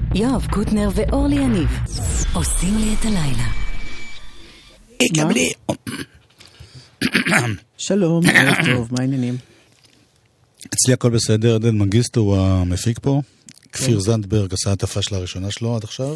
יואב קוטנר ואורלי יניב עושים לי את הלילה. קבלי. שלום, טוב, מה העניינים? אצלי הכל בסדר, עדן מנגיסטו הוא המפיק פה. כפיר זנדברג עשה את הפשלה הראשונה שלו עד עכשיו.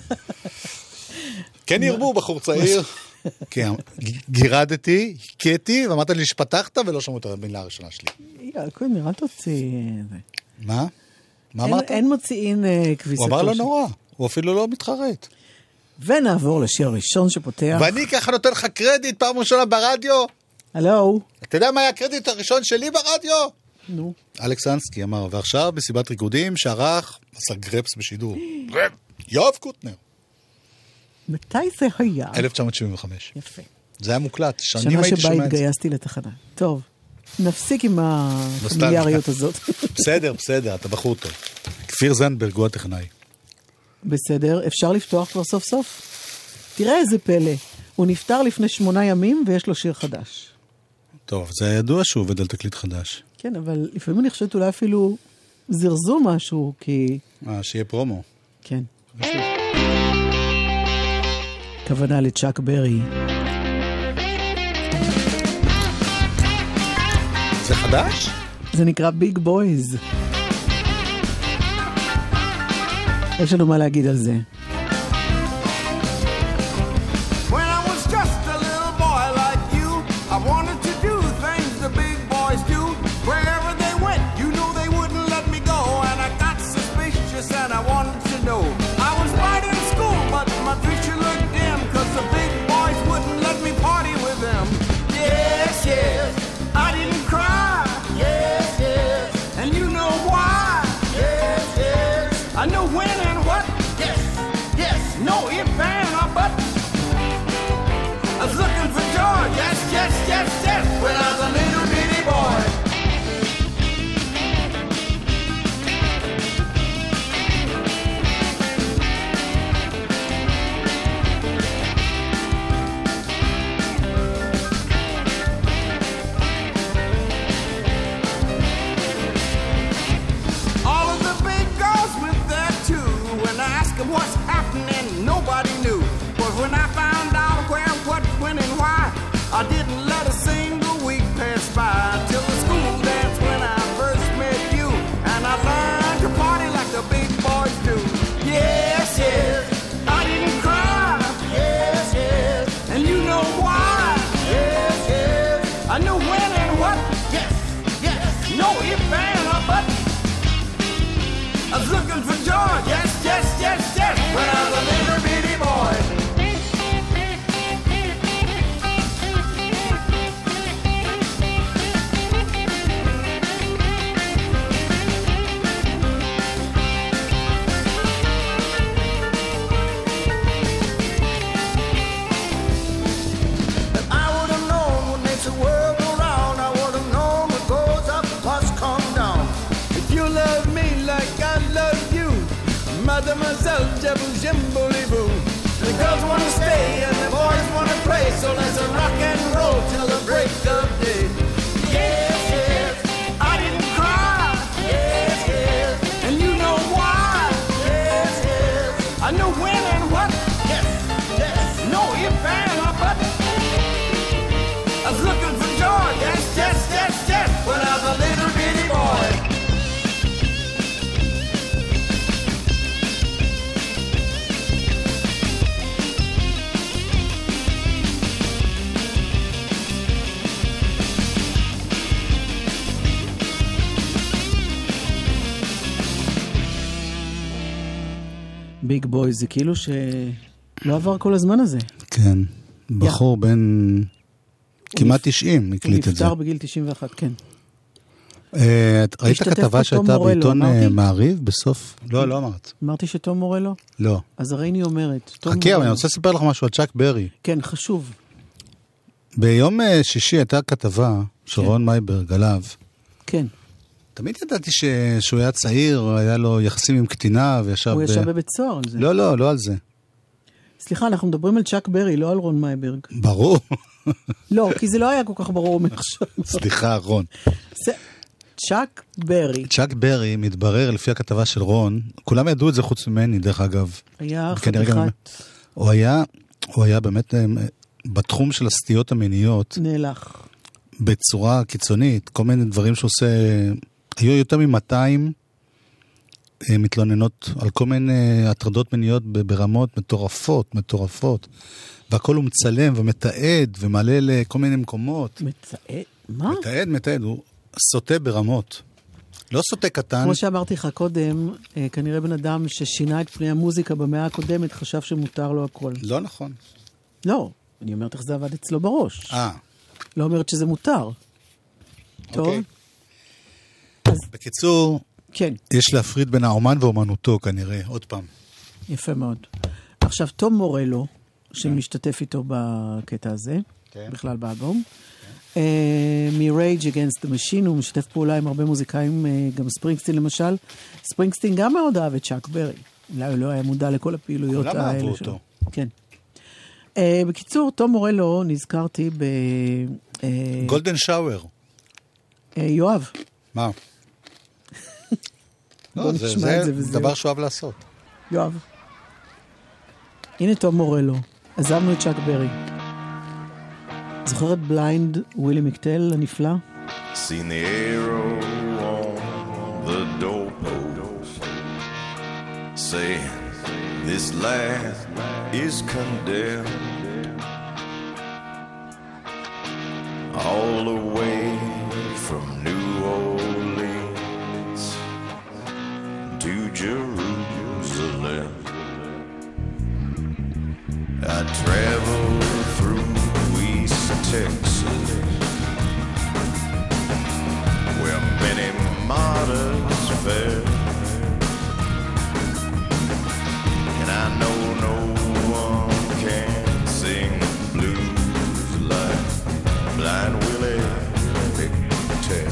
כן ירבו, בחור צעיר. כן, גירדתי, הכיתי, ואמרת לי שפתחת ולא שמעו את המילה הראשונה שלי. קודם, אל תוציא... מה? מה אמרת? אין מוציאים כביסתו. הוא אמר לו נורא, הוא אפילו לא מתחרט. ונעבור לשיר הראשון שפותח. ואני ככה נותן לך קרדיט פעם ראשונה ברדיו. הלו. אתה יודע מה היה הקרדיט הראשון שלי ברדיו? נו. אלכס אנסקי אמר, ועכשיו מסיבת ריקודים שערך, עשה גרפס בשידור. יואב קוטנר. מתי זה היה? 1975. יפה. זה היה מוקלט, שנים שנה הייתי שבה שומע את זה. התגייסתי לתחנה. טוב, נפסיק עם הפמיליאריות הזאת. בסדר, אתה בחור טוב. כפיר זנדברג הוא הטכנאי. בסדר, אפשר לפתוח כבר סוף סוף? תראה איזה פלא. הוא נפטר לפני 8 ימים ויש לו שיר חדש. טוב, זה ידוע שהוא עובד על תקליט חדש. כן, אבל לפעמים אני חושבת אולי אפילו זרזו משהו, כי... שיהיה פרומו. כן. כוונה לצ'אק ברי. זה חדש? זה נקרא ביג בויז. יש לנו מה להגיד על זה. I didn't let a single week pass by till the school dance when I first met you, and I learned to party like the big boys do. Yes, yes, I didn't cry. Yes, yes, and you know why. Yes, yes, I knew when and what. Yes, yes, no if and or but. I was looking for George. Yes, yes, yes, yes, when I was a little bitty boy. Mademoiselle Jimboliboo. The girls want to stay and the boys want to play, so let's rock and roll till the break of day. Yes, yes, I didn't cry. Yes, yes, and you know why. Yes, yes, I knew when and what. Yes, yes, no if and or but. I was looking for George. Yes, yes, yes, yes, when I was a little bitty boy. ביג בוי, זה כאילו שלא עבר כל הזמן הזה. כן, בחור בן כמעט 90 הקליט את זה. הוא נפטר בגיל 91, כן. ראית כתבה שהייתה בעיתון מעריב בסוף? לא, לא אמרת. אמרתי שתום מורלו? לא. אז הרייני אומרת. חכה, אבל אני רוצה לספר לך משהו על צ'אק ברי. כן, חשוב. ביום שישי הייתה כתבה של רון מייברג עליו. כן. תמיד ידעתי שהוא היה צעיר, היה לו יחסים עם קטינה, וישב... הוא ישב בבית סוהר על זה. לא, לא, לא על זה. סליחה, אנחנו מדברים על צ'אק ברי, לא על רון מייברג. ברור. לא, כי זה לא היה כל כך ברור מעכשיו. סליחה, רון. צ'אק ברי. צ'אק ברי, מתברר לפי הכתבה של רון, כולם ידעו את זה חוץ ממני, דרך אגב. היה חתיכת... הוא היה באמת בתחום של הסטיות המיניות. נהלך. בצורה קיצונית, כל מיני דברים שעושה, היו יותר מ-200 מתלוננות על כל מיני הטרדות מיניות ברמות מטורפות. והכל הוא מצלם ומתעד ומעלה לכל מיני מקומות. מתעד? מה? מתעד, הוא סוטה ברמות. לא סוטה קטן. כמו שאמרתי לך קודם, כנראה בן אדם ששינה את פני המוזיקה במאה הקודמת, חשב שמותר לו הכל. לא נכון. לא, אני אומרת איך זה עבד אצלו בראש. לא אומרת שזה מותר. טוב. אז... בקיצור, כן. יש להפריד בין האומן ואומנותו כנראה, עוד פעם. יפה מאוד. עכשיו, תום מורלו, שמשתתף איתו בקטע הזה, בכלל באלבום, מ-Rage Against the Machine, הוא משתף פעולה עם הרבה מוזיקאים, גם ספרינגסטין למשל. ספרינגסטין גם מאוד אהב את צ'אק ברי. אולי הוא לא היה מודע לכל הפעילויות האלה. כולם אהבו אותו. כן. בקיצור, תום מורלו, נזכרתי ב... גולדן שאואר. יואב. מה? בוא נשמע את זה וזהו. זה דבר שאוהב לעשות. יואב. הנה תום מורלו. עזבנו את צ'אק ברי. זוכרת בליינד ווילי מקטל הנפלא? Seen the arrow on the doorpost saying this land is condemned all the way from New Orleans to Jerusalem. I traveled through East Texas where many martyrs fell, and I know no one can sing blues like Blind Willie McTell.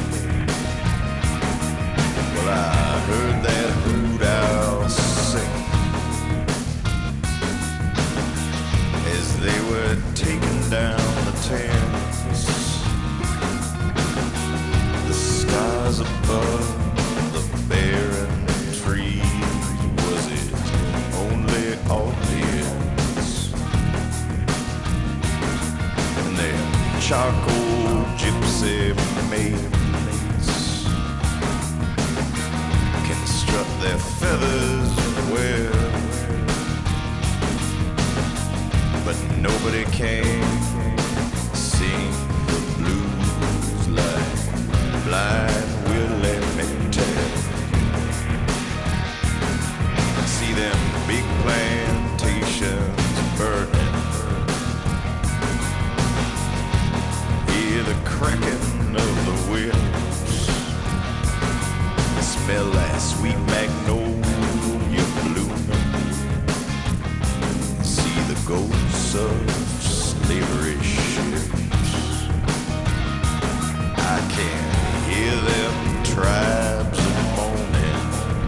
Well, I heard that hoot owl sing as they were taking down the tents. The stars above the barren trees was its only audience, and their charcoal gypsy maidens can strut their feathers well, but nobody can sing the blues like Blind Willie McTell. See them big plantations burning, hear the cracking of the whips, smell that sweet magnolia blooming, see the ghosts of slavery ships. I can hear them tribes moaning,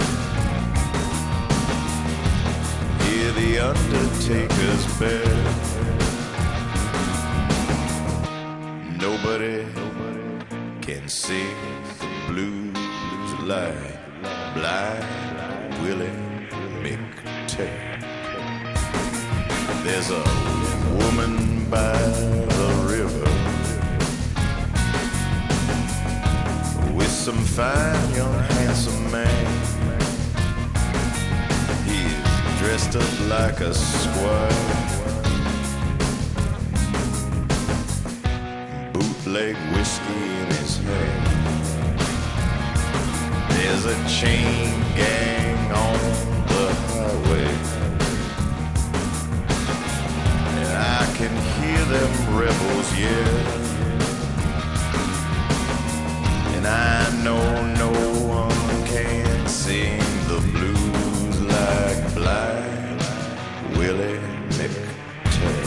hear the undertaker's bell. Nobody can sing the blues like Blind Willie McTell. There's a woman by the river with some fine young handsome man. He's dressed up like a squire, bootleg whiskey in his hand. There's a chain gang on the highway, and I can hear them rebels yell, and I know no one can sing the blues like Blind Willie McTell.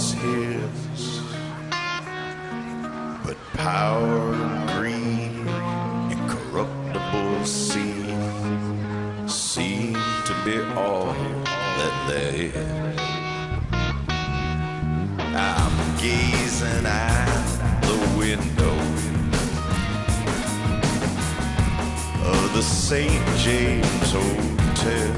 what's his, but power and greed, incorruptible seem to be all that there is. I'm gazing out the window of the St. James Hotel,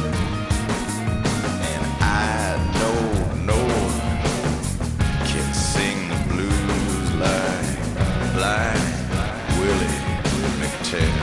and I know no one can sing the blues like Blind Willie McTell.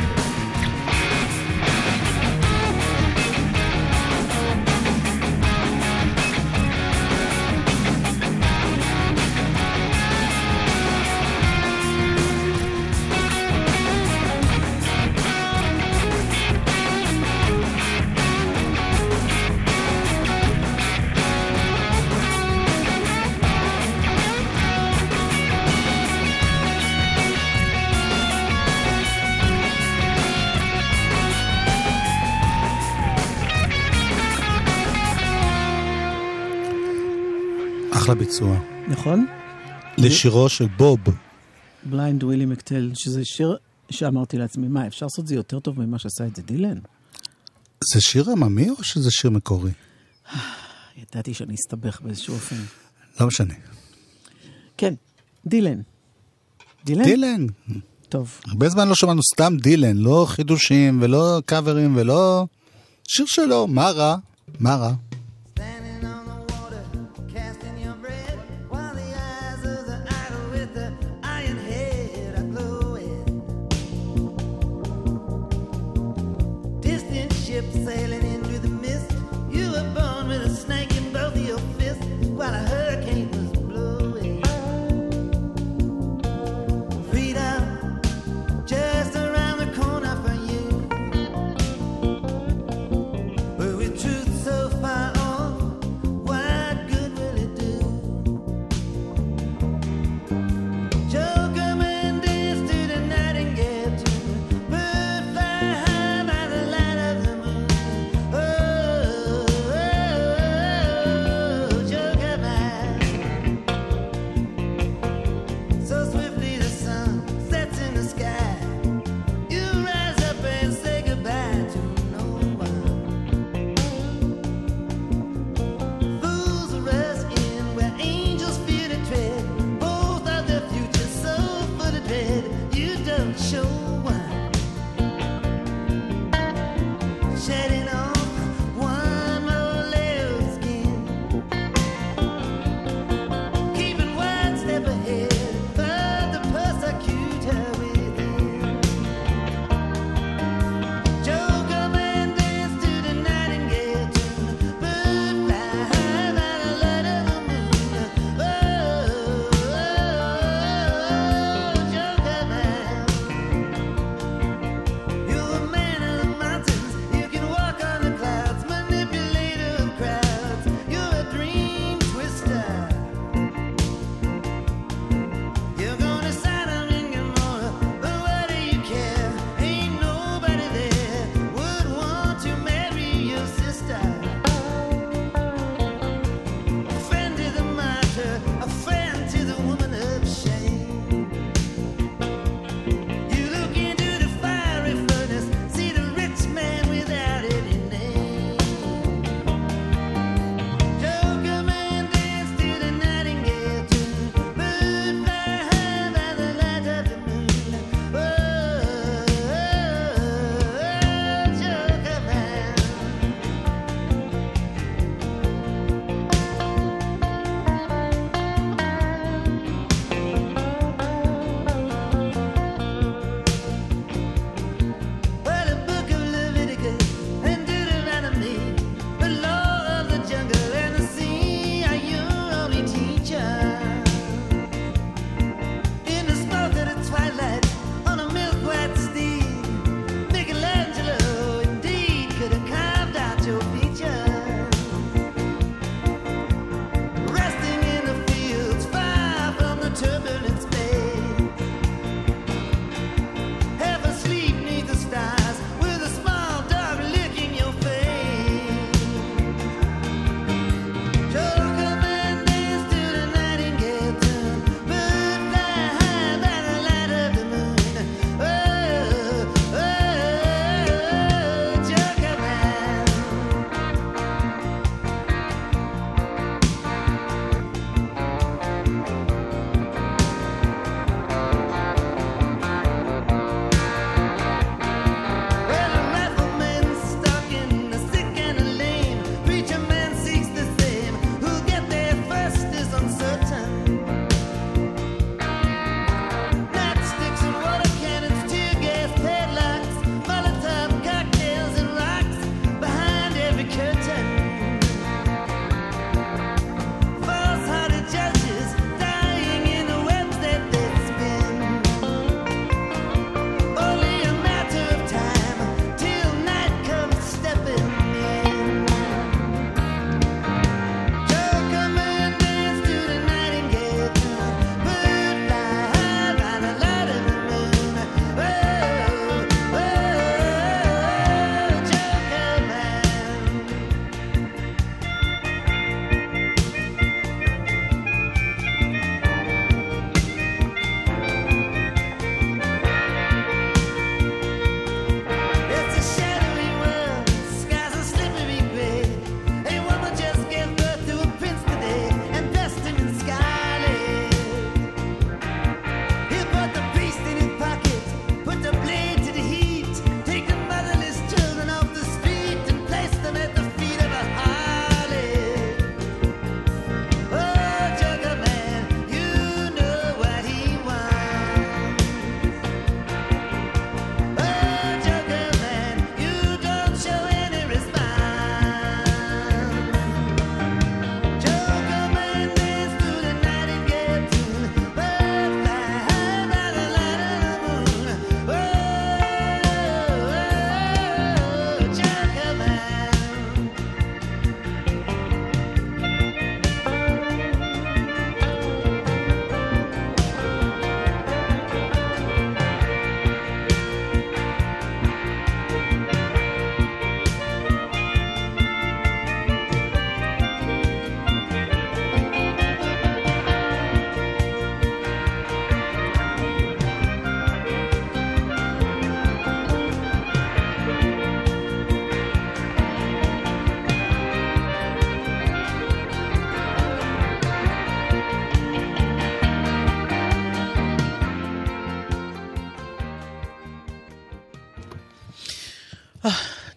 אחלה ביצוע. נכון? לשירו של בוב. בליינד ווילי מקטל, שזה שיר שאמרתי לעצמי, מה, אפשר לעשות זה יותר טוב ממה שעשה את זה דילן? זה שיר עממי או שזה שיר מקורי? ידעתי שאני אסתבך באיזשהו אופן. לא משנה. כן, דילן. דילן? דילן. טוב. הרבה זמן לא שמענו סתם דילן, לא חידושים ולא קאברים ולא... שיר שלו, מה רע? מה רע?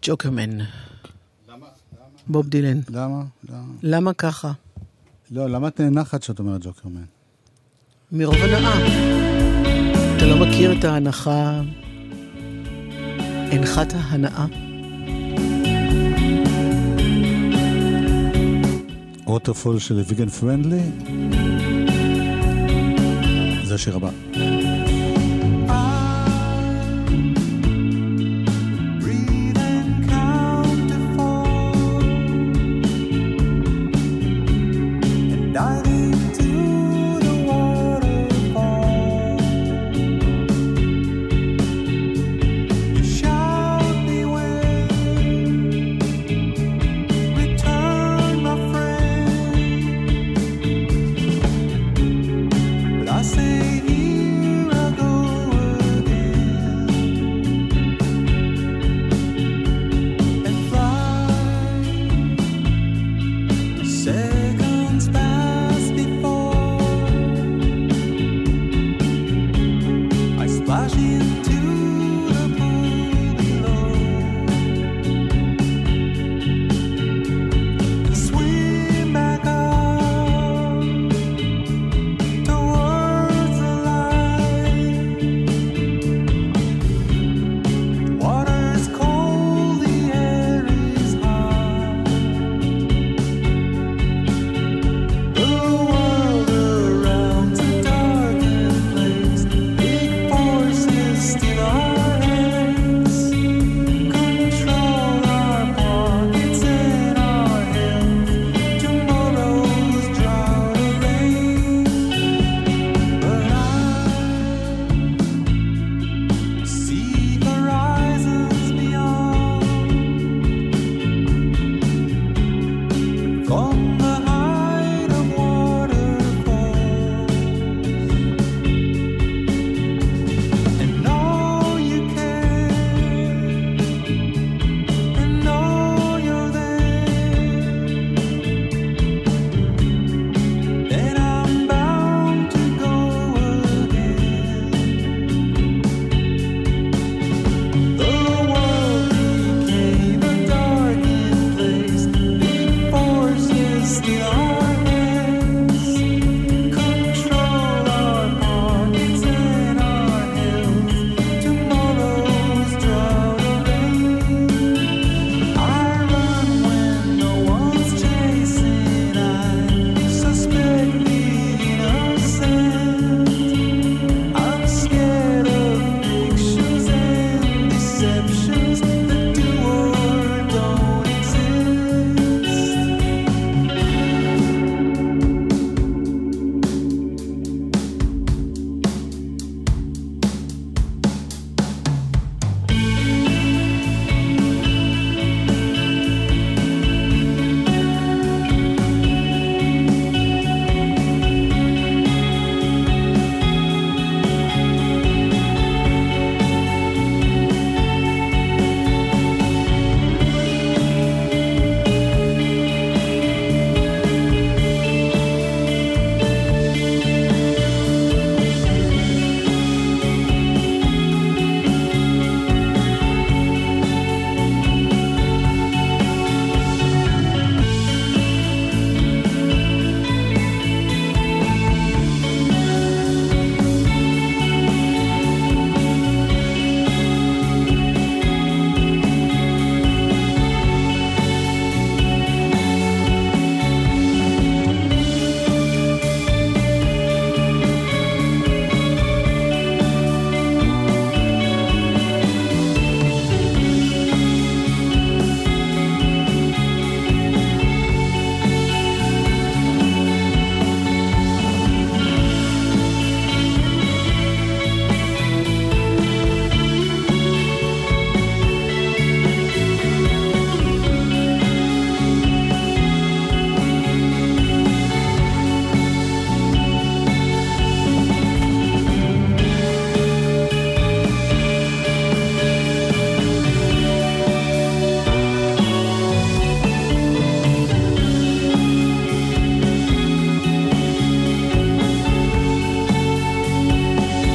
ג'וקרמן. בוב דילן. למה? למה ככה? לא, למה את ננחת שאת אומרת ג'וקרמן? מרוב הנאה. אתה לא מכיר את ההנחה, הנחת ההנאה? ווטרפול של ויגן פרנדלי? זה השיר הבא.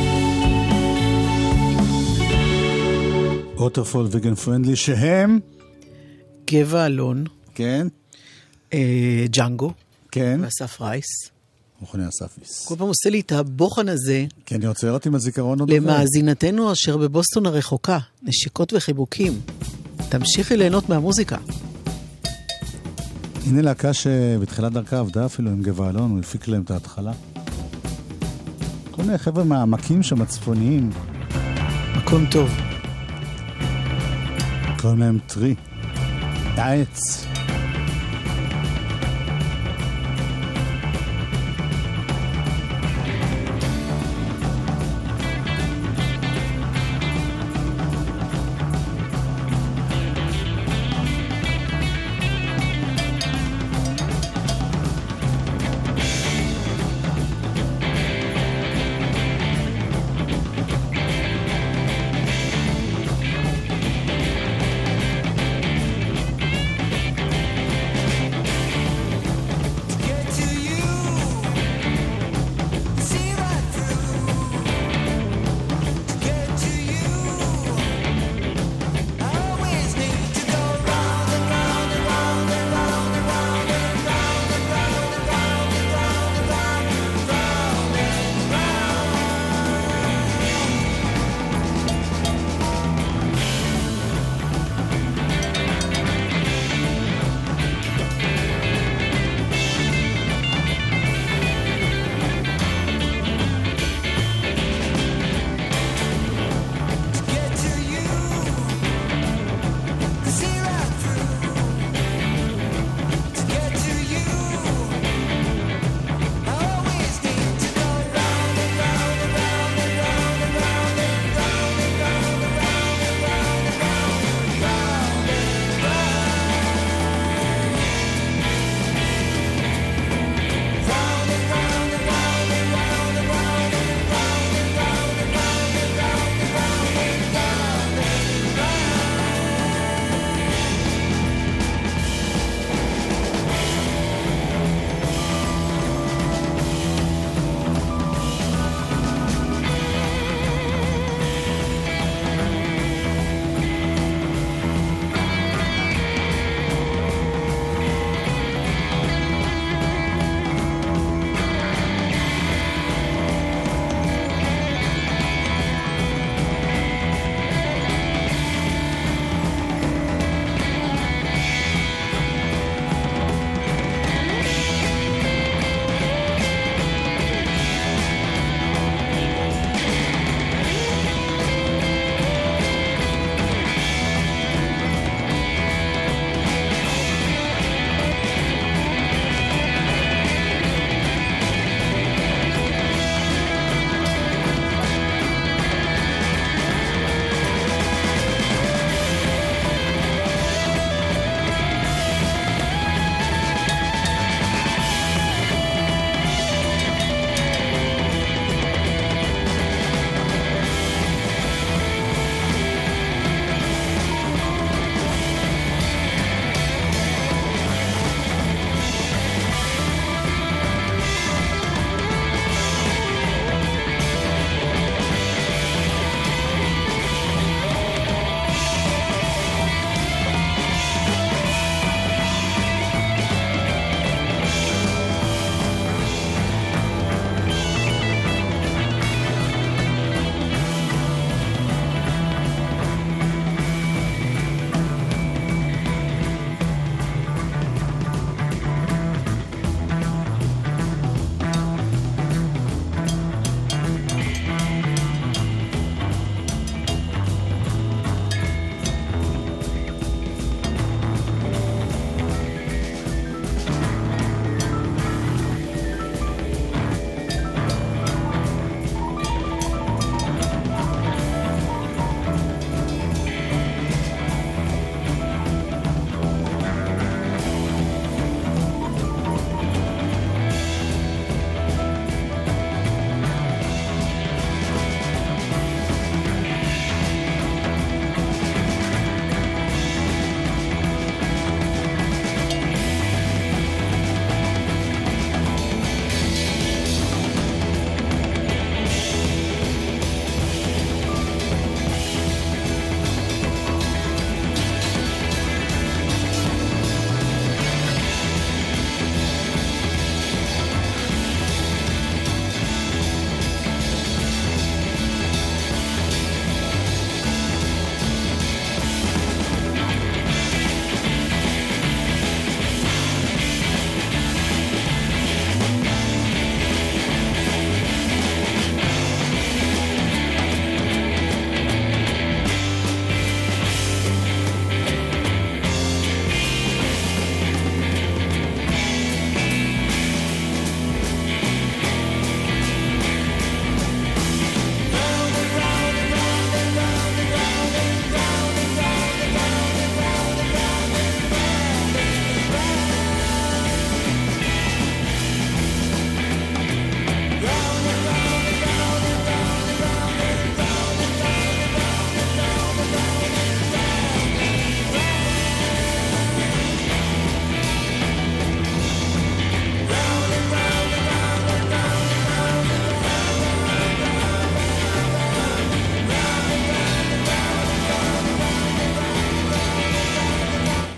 ווטרפול ויגן פרנדלי, שהם גבע אלון, כן, ג'אנגו, כן. ואסף רייס. מכוני אספיס. כל פעם עושה לי את הבוחן הזה, כן, אני רוצה לראות עם הזיכרון עוד עובד. למאזינתנו אשר בבוסטון הרחוקה, נשיקות וחיבוקים. תמשיכי ליהנות מהמוזיקה. הנה להקה שבתחילת דרכה עבדה אפילו עם גבע אלון, הוא הפיק להם את ההתחלה. כל מיני חבר'ה מהעמקים שם הצפוניים. מקום טוב. קוראים להם טרי. העץ.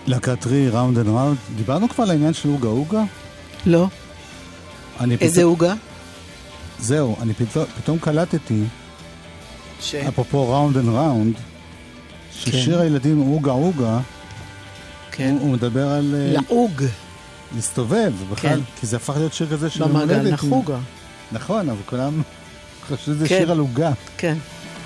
להקת רי, ראונד אנד ראונד. דיברנו כבר על העניין של אוגה אוגה? לא. איזה אוגה? זהו, אני פתאום קלטתי, אפרופו ראונד אנד ראונד, ששיר הילדים אוגה אוגה, הוא מדבר על... לאוג. להסתובב, בכלל, כי זה הפך להיות שיר כזה של המולדת. במעגל נחוגה. נכון, אבל כולם חשבו שזה שיר על אוגה. כן.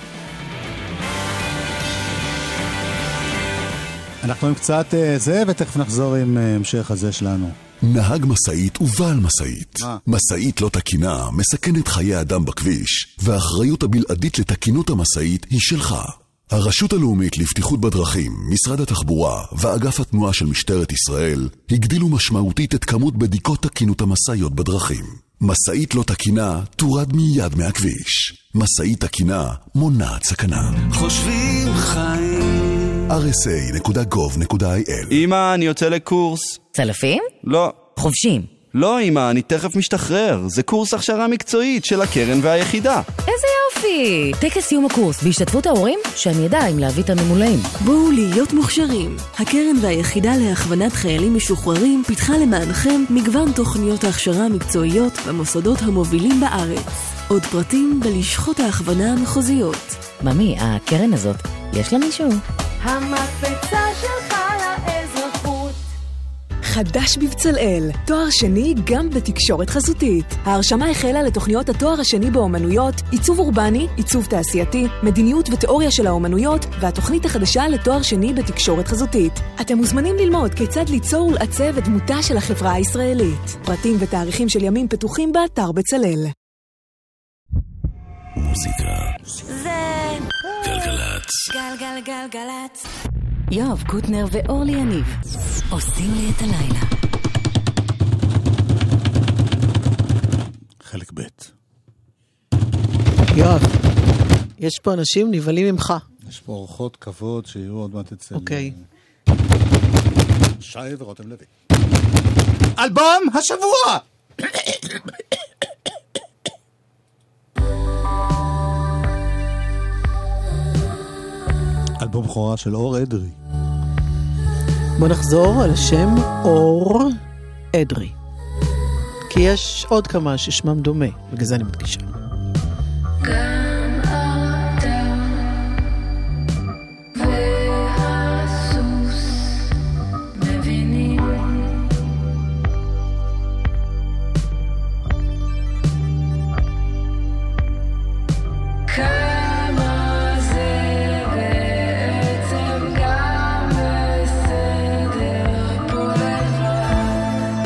אנחנו עם קצת זה, ותכף נחזור עם המשך הזה שלנו. נהג מסעית ובעל מסעית. מסעית לא תקינה מסכנת חיי אדם בכביש, והאחריות הבלעדית לתקינות המסעית היא שלך. הרשות הלאומית לבטיחות בדרכים, משרד התחבורה ואגף התנועה של משטרת ישראל הגדילו משמעותית את כמות בדיקות תקינות המסעיות בדרכים. מסעית לא תקינה תורד מיד מהכביש. מסעית תקינה מונעת סכנה. חושבים חיים rsa.gov.il. אמא, אני יוצא לקורס. צלפים? לא. חובשים? לא, אמא, אני תכף משתחרר. זה קורס הכשרה מקצועית של הקרן והיחידה. איזה יופי! טקס סיום הקורס בהשתתפות ההורים, שאני ידע אם להביא את הממולאים. בואו להיות מוכשרים. הקרן והיחידה להכוונת חיילים משוחררים פיתחה למענכם מגוון תוכניות ההכשרה המקצועיות במוסדות המובילים בארץ. עוד פרטים בלשכות ההכוונה המחוזיות. ממי, הקרן הזאת, יש לה מישהו? המקפצה שלך לאזרחות. חדש בבצלאל, תואר שני גם בתקשורת חזותית. ההרשמה החלה לתוכניות התואר השני באומנויות, עיצוב אורבני, עיצוב תעשייתי, מדיניות ותיאוריה של האומנויות, והתוכנית החדשה לתואר שני בתקשורת חזותית. אתם מוזמנים ללמוד כיצד ליצור ולעצב את דמותה של החברה הישראלית. פרטים ותאריכים של ימים פתוחים באתר בצלאל. מוזיקה זה גלגלצ. גלגלגלגלצ. יואב קוטנר ואורלי יניב עושים לי את הלילה. חלק ב'. יואב, יש פה אנשים נבלים ממך. יש פה אורחות כבוד שיהיו עוד מעט אצל... אוקיי. שי ורותם לוי. אלבום השבוע! אלבום בכורה של אור אדרי. בוא נחזור על השם אור אדרי. כי יש עוד כמה ששמם דומה, בגלל זה אני מדגישה. גם אתה והסוס מבינים כמה זה בעצם גם בסדר פה לבד.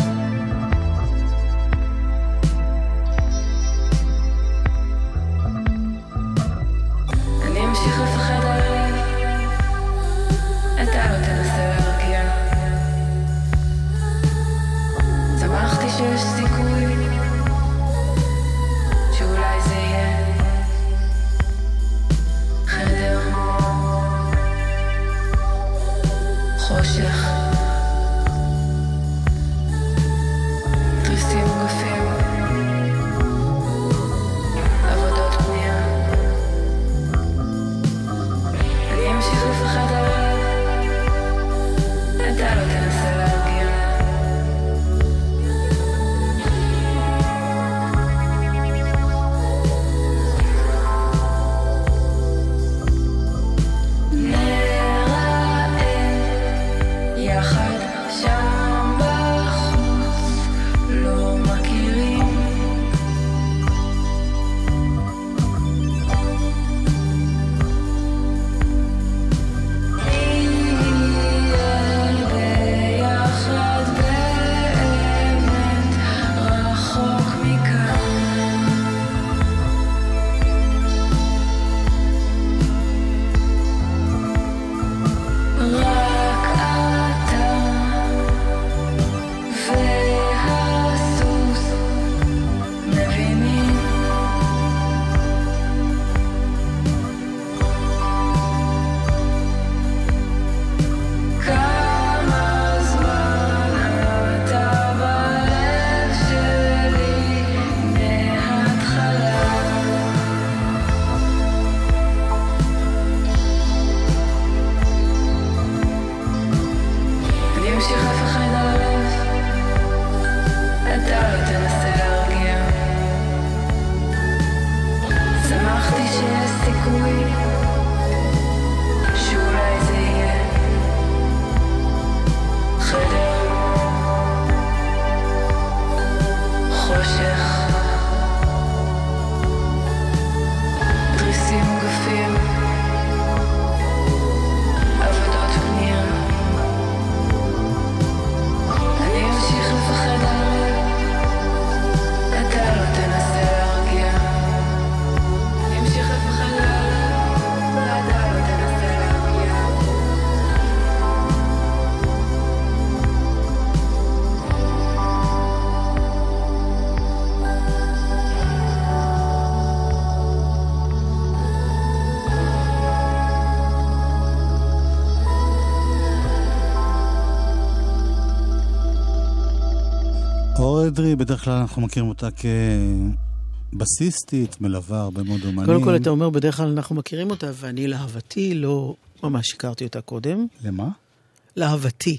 דרור אדרי, בדרך כלל אנחנו מכירים אותה כבסיסטית, מלווה הרבה מאוד אומנים. קודם כל אתה אומר, בדרך כלל אנחנו מכירים אותה, ואני להבתי לא ממש הכרתי אותה קודם. למה? להבתי.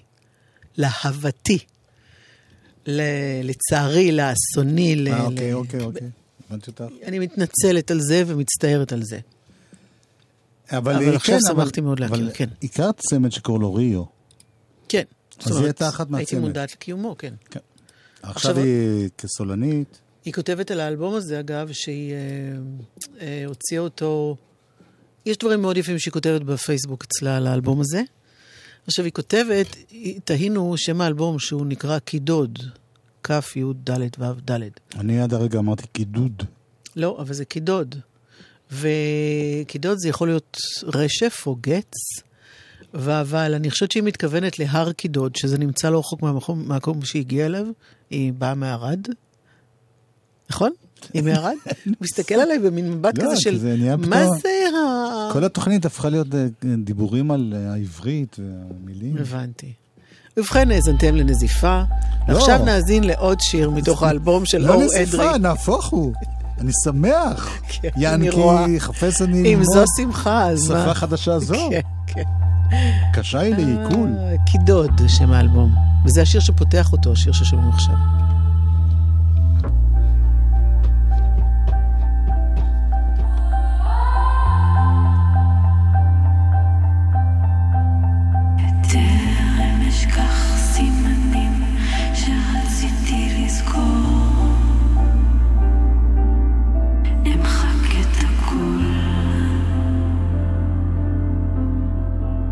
לצערי, לאסוני. אוקיי. אני מתנצלת על זה ומצטערת על זה. אבל עכשיו שמחתי מאוד להכיר, כן. הכרת צמד שקורא לו ריו. כן. אז היא הייתה אחת מהצמד. הייתי מודעת לקיומו, כן. עכשיו היא כסולנית. היא כותבת על האלבום הזה, אגב, שהיא הוציאה אותו... יש דברים מאוד יפים שהיא כותבת בפייסבוק אצלה על האלבום הזה. עכשיו היא כותבת, תהינו שם האלבום שהוא נקרא קידוד. כף, י', ד', ו', ד'. אני עד הרגע אמרתי קידוד. לא, אבל זה קידוד. וקידוד זה יכול להיות רשף או גץ, אבל אני חושבת שהיא מתכוונת להר קידוד, שזה נמצא לא רחוק מהמקום שהיא אליו, היא באה מערד, נכון? היא מערד? הוא מסתכל עליי במין מבט כזה של, מה זה כל התוכנית הפכה להיות דיבורים על העברית והמילים. הבנתי. ובכן, האזנתם לנזיפה, עכשיו נאזין לעוד שיר מתוך האלבום של אור אדרי. לא נזיפה, נהפוך הוא. אני שמח. ינקי, חפש אני ללמוד. אם זו שמחה, אז מה? שפה חדשה זו. כן. קשה היא לעיכול. קידוד, שם האלבום. וזה השיר שפותח אותו, השיר ששומעים עכשיו.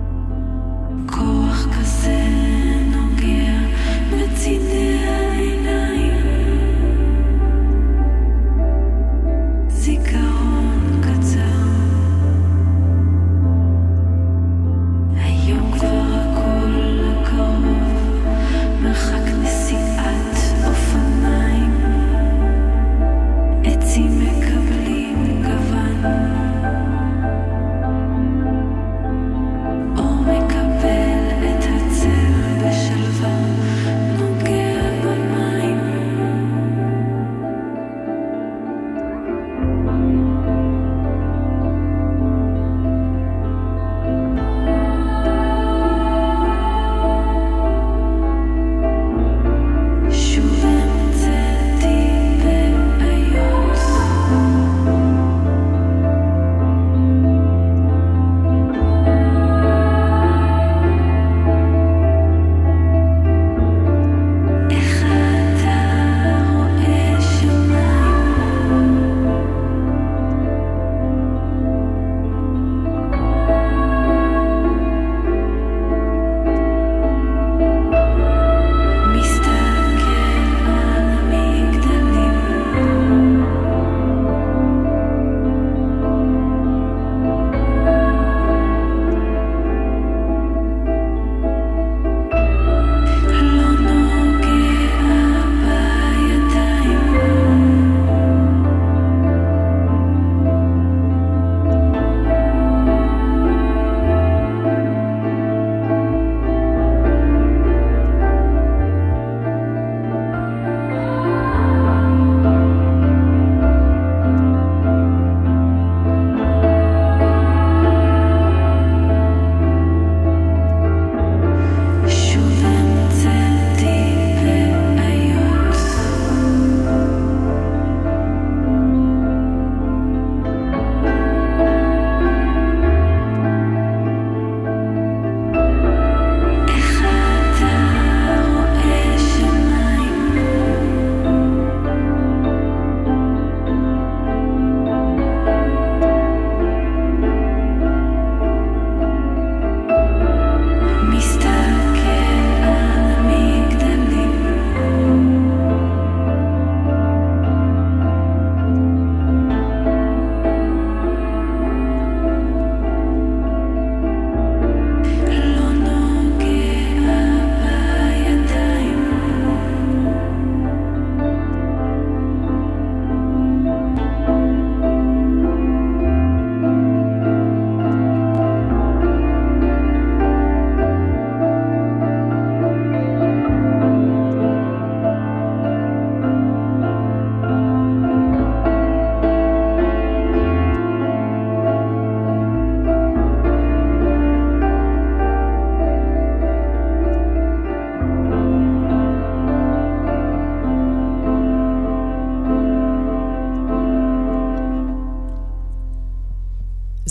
כוח כזה נוגע בצידי העיניים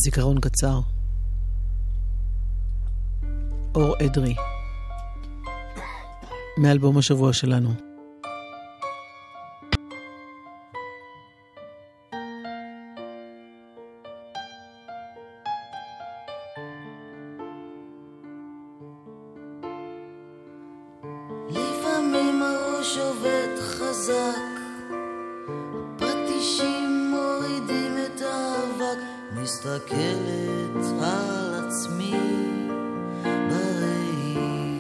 זיכרון קצר. אור אדרי. מאלבום השבוע שלנו. לפעמים הראש עובד חזק, פטישים מורידים את האבק, מסתכלת על עצמי בראי,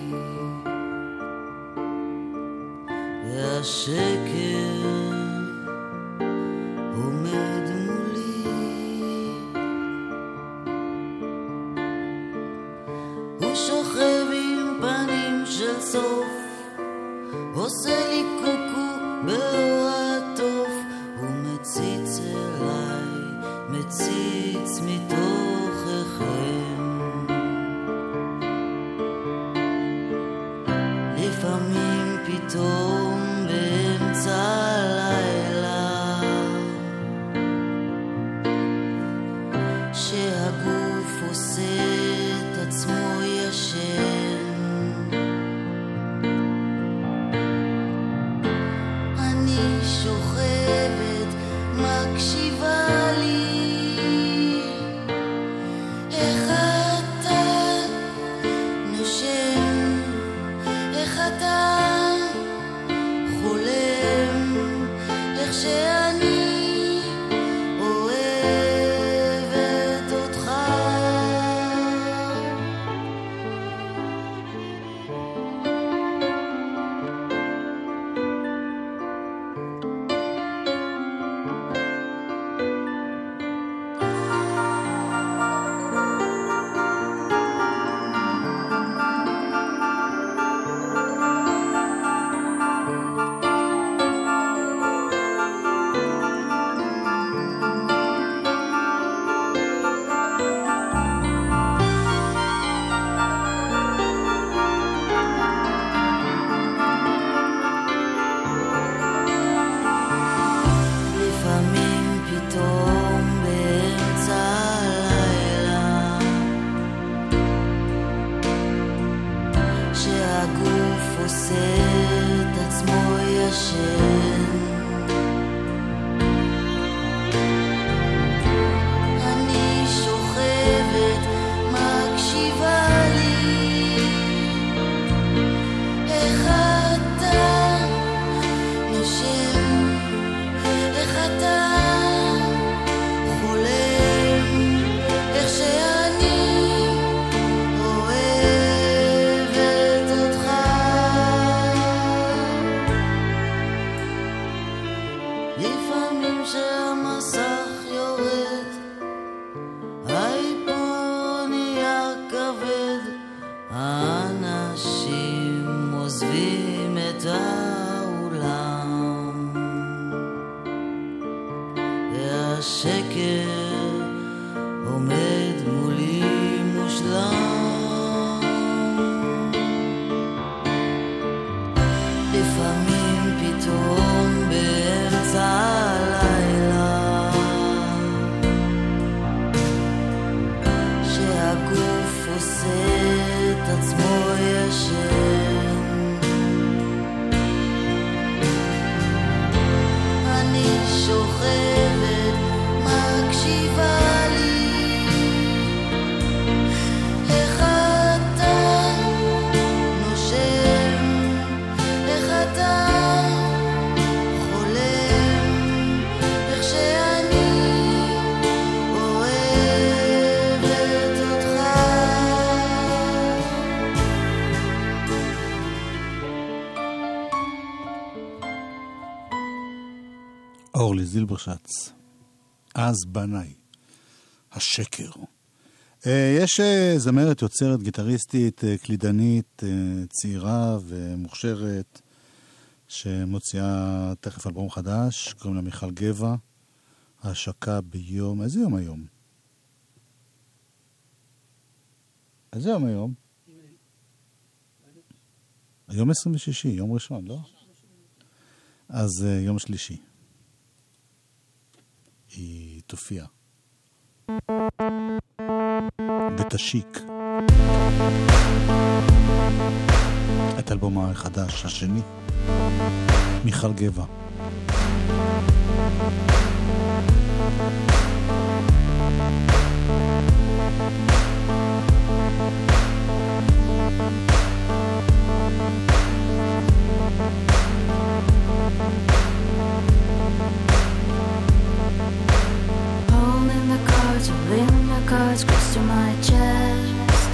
והשקר עומד מולי, הוא שוכב עם פנים של סוף, עושה לי קוקו באור הטוב, הוא מציץ אליי, מציץ מתוככם. לפעמים פתאום באמצע הלילה, שהגוף עושה את עצמו ישן, שוכבת, מקשיבה לי, איך אתה נושם, איך אתה חולם, איך שאני אוהבת אותך. אורלי זילברשץ, אז בניי, השקר. יש זמרת, יוצרת, גיטריסטית, קלידנית, צעירה ומוכשרת, שמוציאה תכף אלבום חדש, קוראים לה מיכל גבע, ההשקה ביום, איזה יום היום? איזה יום היום? היום 26, יום ראשון, לא? אז יום שלישי. היא תופיע. תשיק. את אלבום החדש, השני, מיכל גבע. Cards close to my chest.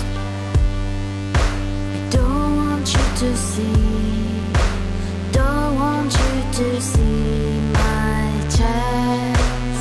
I don't want you to see. Don't want you to see my chest.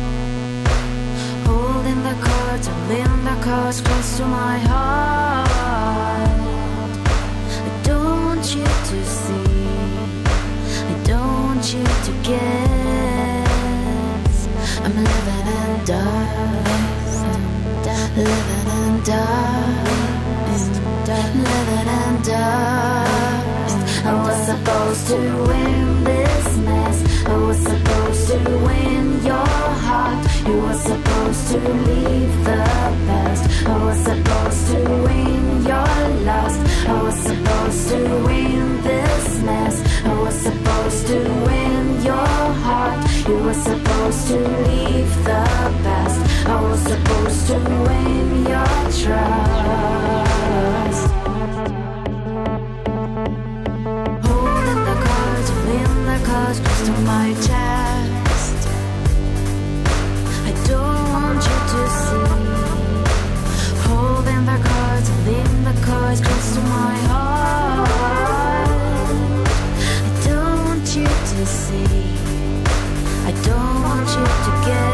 Holding the cards, holding the cards close to my heart. I don't want you to see. I don't want you to guess. I'm living in dark. Living in dark, living in dark. I was supposed to win this mess. I was supposed to win your heart. You were supposed to leave the past. I was supposed to win your lust. I was supposed to win this mess. I was supposed to win your heart. You were supposed to leave the past. I was supposed to win your trust. Holding the cards, holding the cards close to my chest. I don't want you to see. Holding the cards, holding the cards close to my heart. I don't want you to see. I don't want you to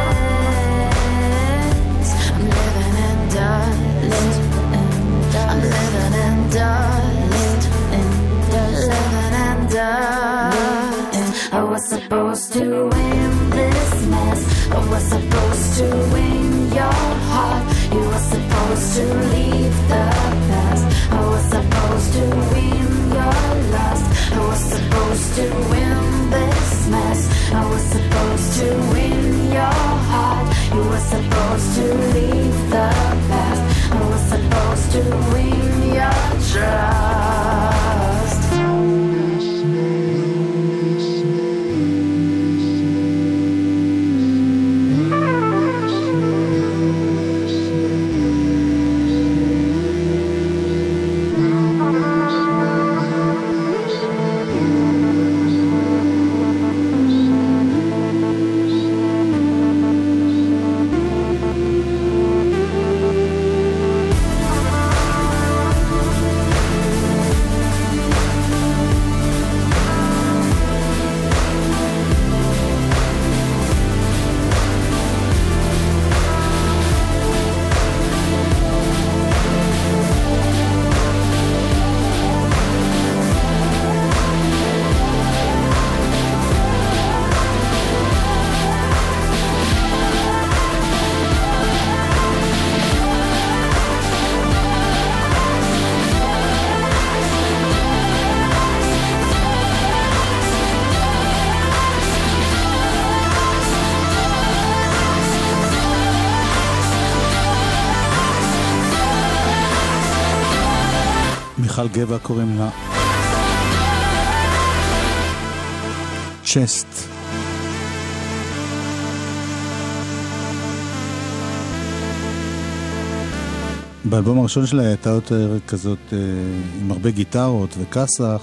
guess. I'm living in dust. I'm living in dust. Living in dust. I was supposed to win this mess. I was supposed to win your heart. You were supposed to leave the past. I was supposed to win your lust. I was supposed to win this mess. I was supposed to win your heart. You were supposed to leave the past. I was supposed to win your trust. מיכל גבע קוראים לה צ'סט. באלבום הראשון שלה הייתה יותר כזאת עם הרבה גיטרות וקסח.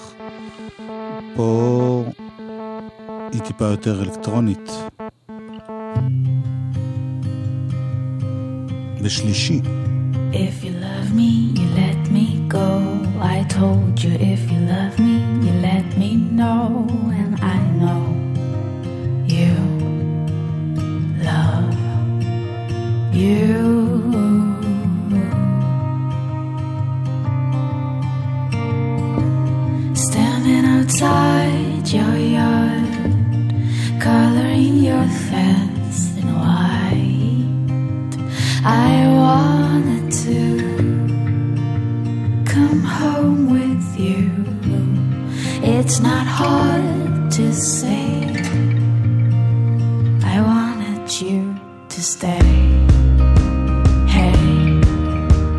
פה היא טיפה יותר אלקטרונית. בשלישי. If you love me, you let me go. I told you if you love me, you let me know. And I know you love you. Standing outside your yard, coloring your fence in white. I wanted to come home with you. It's not hard to say. I wanted you to stay. Hey,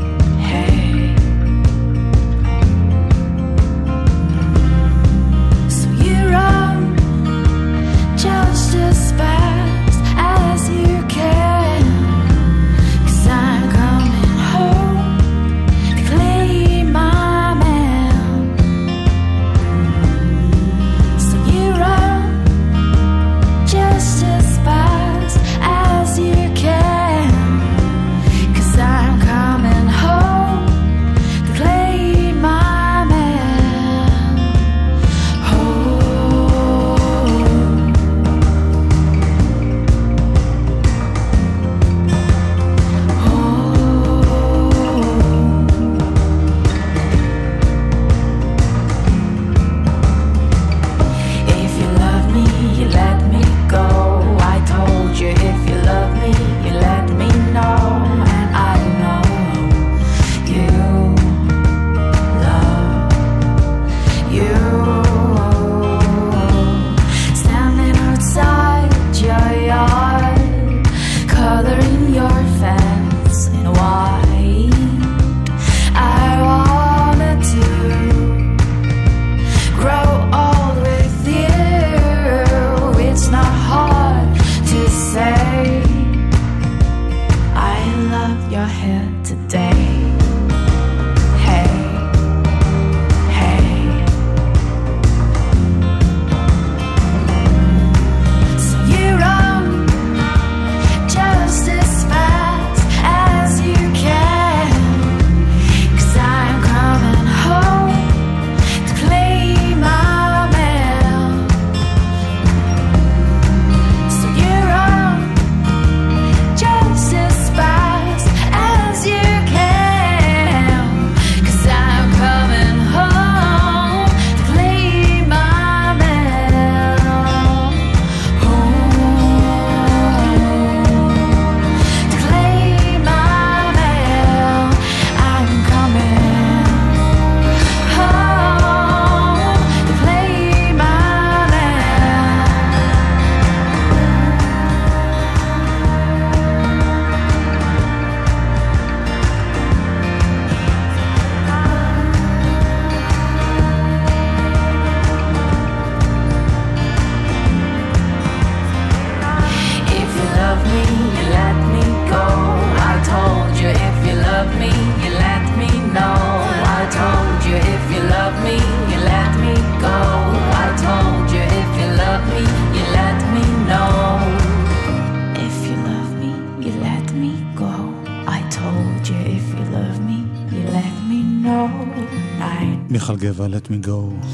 מיכל גבע, let me go.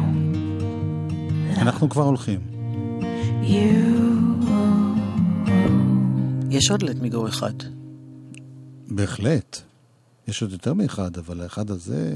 אנחנו כבר הולכים. יש עוד let me go אחד. בהחלט. יש עוד יותר מאחד, אבל האחד הזה...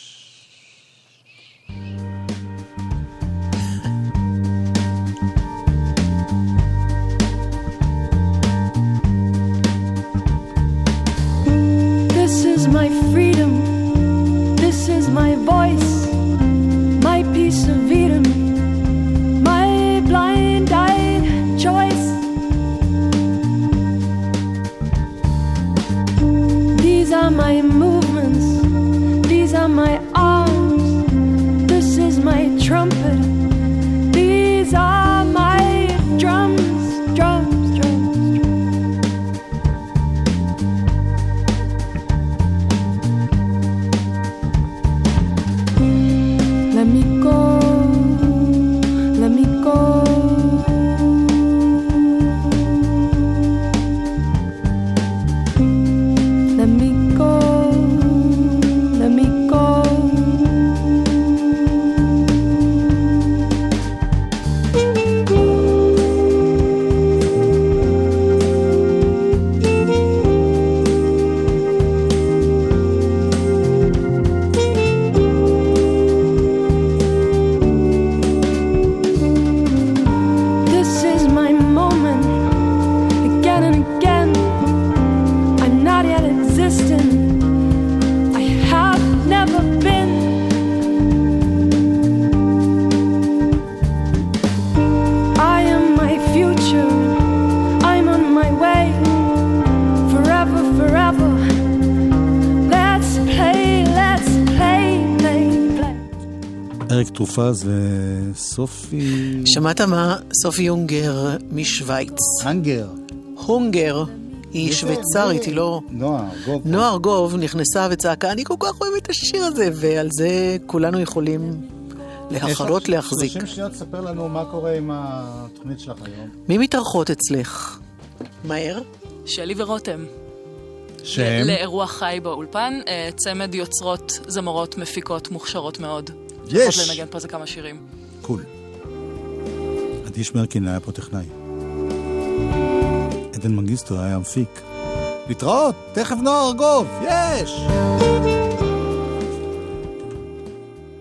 This is my freedom. This is my voice. My piece of Eden. My blind-eyed choice. These are my movements. These are my arms. This is my trumpet. These are my drums, drums, drums. Let me go, let me go. Let me go, let me go. This is my moment, again and again. I'm not yet existing. I have never been. I am my future. I'm on my way. Forever, forever. Let's play, play. אריק טרופז וסופי... שמעת מה? סופי יונגר משוויץ. הונגר. היא שוויצרית, היא לא... נועה ארגוב נכנסה וצעקה, אני כל כך אוהבת את השיר הזה, ועל זה כולנו יכולים להחרות להחזיק. 30 שניות ספר לנו מה קורה עם התוכנית שלך היום. מי מתארחות אצלך? מהר? שלי ורותם. שם? לאירוע חי באולפן, צמד יוצרות, זמרות, מפיקות, מוכשרות מאוד. יש! יכולת לנגן פה זה כמה שירים. קול. עדי שמרקין היה פה טכנאי. עדן מנגיסטו היה המפיק. להתראות, תכף נועה ארגוב, יש!